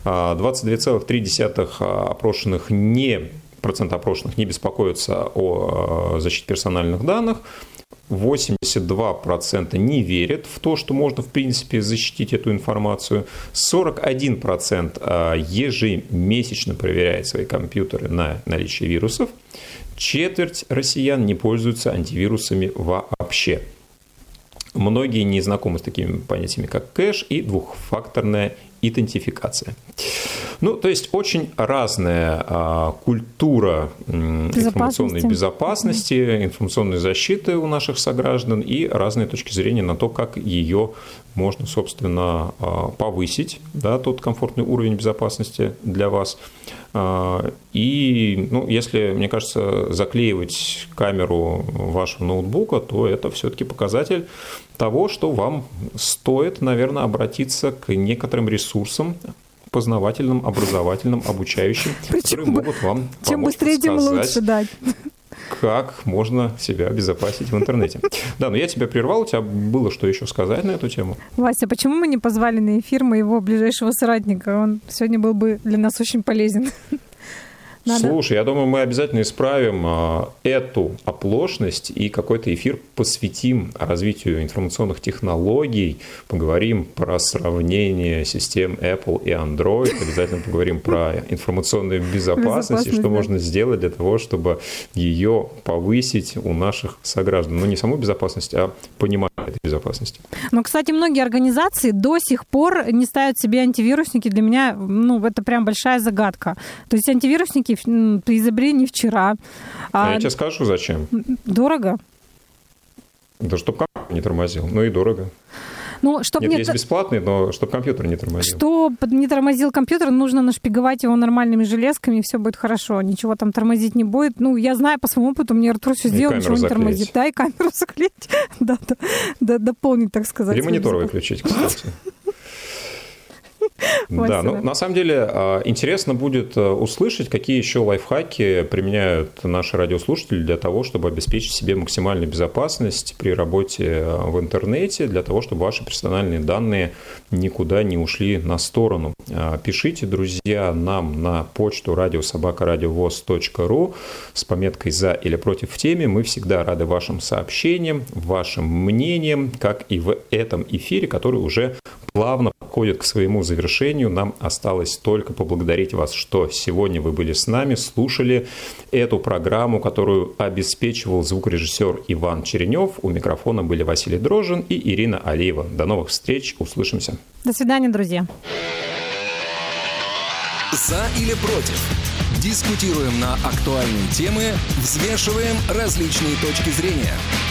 22,3% опрошенных не беспокоятся о защите персональных данных. 82% не верят в то, что можно, в принципе, защитить эту информацию. 41% ежемесячно проверяет свои компьютеры на наличие вирусов. Четверть россиян не пользуются антивирусами вообще. Многие не знакомы с такими понятиями, как кэш и двухфакторная идентификация. То есть очень разная культура информационной безопасности, информационной защиты у наших сограждан и разные точки зрения на то, как ее можно, собственно, повысить, да, тот комфортный уровень безопасности для вас. И, если, мне кажется, заклеивать камеру вашего ноутбука, то это все-таки показатель того, что вам стоит, наверное, обратиться к некоторым ресурсам познавательным, образовательным, обучающим, которые могут вам чем помочь быстрее, тем лучше, да. Как можно себя обезопасить в интернете. Да, но я тебя прервал, у тебя было что еще сказать на эту тему? Вася, почему мы не позвали на эфир моего ближайшего соратника? Он сегодня был бы для нас очень полезен. Слушай, я думаю, мы обязательно исправим эту оплошность и какой-то эфир посвятим развитию информационных технологий, поговорим про сравнение систем Apple и Android, обязательно поговорим про информационную безопасность и что можно сделать для того, чтобы ее повысить у наших сограждан. Не саму безопасность, а понимание этой безопасности. Кстати, многие организации до сих пор не ставят себе антивирусники. Для меня, это прям большая загадка. То есть антивирусники изобрели не вчера. Я тебе скажу, зачем. Дорого? Да, чтобы компьютер не тормозил. И дорого. Есть бесплатный, но чтобы компьютер не тормозил. Чтобы не тормозил компьютер, нужно нашпиговать его нормальными железками, и все будет хорошо. Ничего там тормозить не будет. Я знаю по своему опыту, мне Артур все сделал, ничего не тормозит. Да, и камеру заклеить. Да, дополнить, так сказать. Или монитор выключить, кстати. Да, на самом деле интересно будет услышать, какие еще лайфхаки применяют наши радиослушатели для того, чтобы обеспечить себе максимальную безопасность при работе в интернете, для того, чтобы ваши персональные данные никуда не ушли на сторону. Пишите, друзья, нам на почту radio@radiovoz.ru с пометкой «За» или «Против» в теме. Мы всегда рады вашим сообщениям, вашим мнениям, как и в этом эфире, который уже плавно подходит к своему завершению. Нам осталось только поблагодарить вас, что сегодня вы были с нами, слушали эту программу, которую обеспечивал звукорежиссер Иван Черенев. У микрофона были Василий Дрожжин и Ирина Алиева. До новых встреч, услышимся. До свидания, друзья. За или против? Дискутируем на актуальные темы, взвешиваем различные точки зрения.